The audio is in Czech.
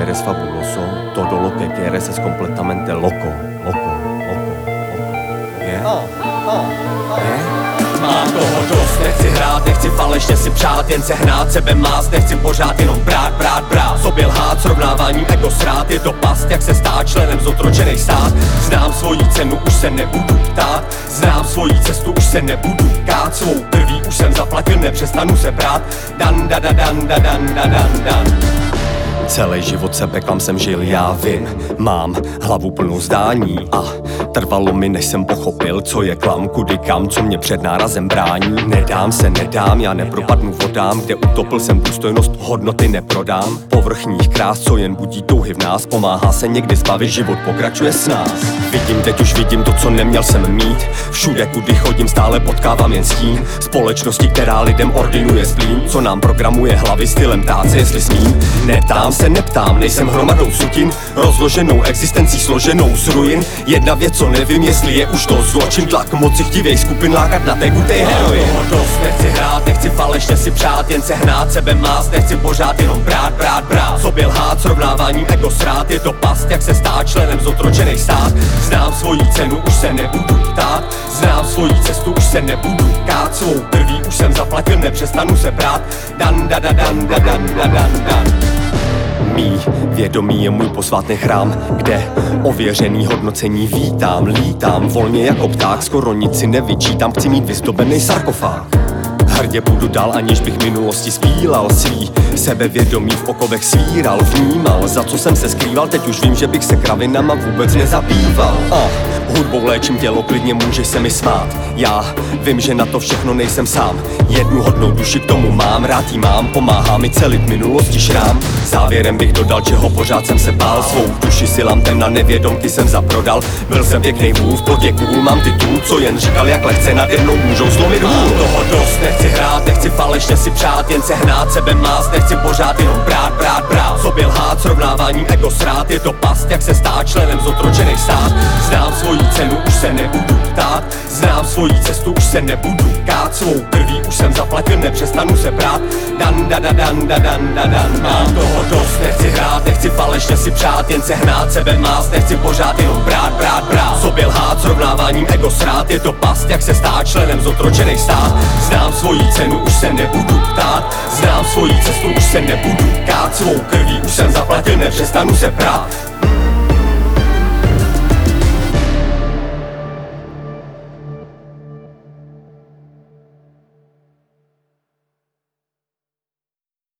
eres fabuloso, todo lo que quieres es completamente loco. Mám toho dost, nechci hrát, nechci falešně si přát, jen se hnát, sebe mást, nechci pořád jenom brát, sobě lhát, srovnáváním ego srát, je to past, jak se stát členem zotročenej stát. Znám svoji cenu, už se nebudu ptát, znám svoji cestu, už se nebudu kát, svou krví už jsem zaplatil, nepřestanu se prát, dan. Celý život sebe, kam jsem žil, já vím. Mám hlavu plnou zdání a trvalo mi, než jsem pochopil, co je klam, kudy kam, co mě před nárazem brání. Nedám, já nepropadnu vodám, kde utopil jsem důstojnost, hodnoty neprodám. Povrchních krás, co jen budí touhy v nás, pomáhá se někdy zbavit, život pokračuje s nás. Teď už vidím to, co neměl jsem mít. Všude, kudy chodím, stále potkávám jen stín společnosti, která lidem ordinuje splín, co nám programuje hlavy stylem ptát se, jestli smím. Neptám, nejsem hromadou sutin, rozloženou existencí složenou z ruin. Jedna věc, co nevím, jestli je už to zločin, tlak moci chtivých skupin lákat na tekutej heroin. Mám toho dost, nechci hrát, nechci falešně si přát, jen se hnát, sebe mást, nechci pořád jenom brát, sobě lhát, srovnáváním ego srát, je to past, jak se stát členem zotročenej stát. Znám svoji cenu, už se nebudu ptát, znám svoji cestu, už se nebudu kát, svou krví už jsem zaplatil, nepřestanu se prát, dan. Mý vědomí je můj posvátný chrám, kde ověřený hodnocení vítám, lítám volně jako pták, skoro nic si nevyčítám, chci mít vyzdobený sarkofág. Hrdě půjdu dál, aniž bych minulosti spílal, svý sebevědomí v okovech svíral, vnímal, za co jsem se skrýval, teď už vím, že bych se kravinama vůbec nezabýval. Hudbou léčím tělo, klidně můžeš se mi smát, já vím, že na to všechno nejsem sám, jednu hodnou duši k tomu mám, rád jí mám, pomáhá mi celit minulosti šrám. Závěrem bych dodal, čeho pořád jsem se bál, svou duši silám temna nevědomky jsem zaprodal, byl jsem pěknej vůz, plotě cool, mám titul, co jen říkal, jak lehce nade mnou můžou zlomit hůl. Toho dost, nechci hrát, nechci falešně si přát, jen se hnát, sebe mást, nechci pořád jenom brát, sobě lhát, srovnáváním ego srát, je to past, jak se stát členem zotročenej stát. Znám svoji cenu, už se nebudu ptát, znám svoji cestu, už se nebudu kát, svou krví už jsem zaplatil, nepřestanu se prát, dan. Mám toho dost, nechci hrát, nechci falešně si přát, jen se hnát, sebe mást, nechci pořád jenom brát, sobě lhát, srovnáváním ego srát, je to past, jak se stát členem zotročenej stát. Znám svoji cenu, už se nebudu ptát, znám svoji cestu, už se nebudu kát, svou krví už jsem zaplatil, nepřestanu se prát.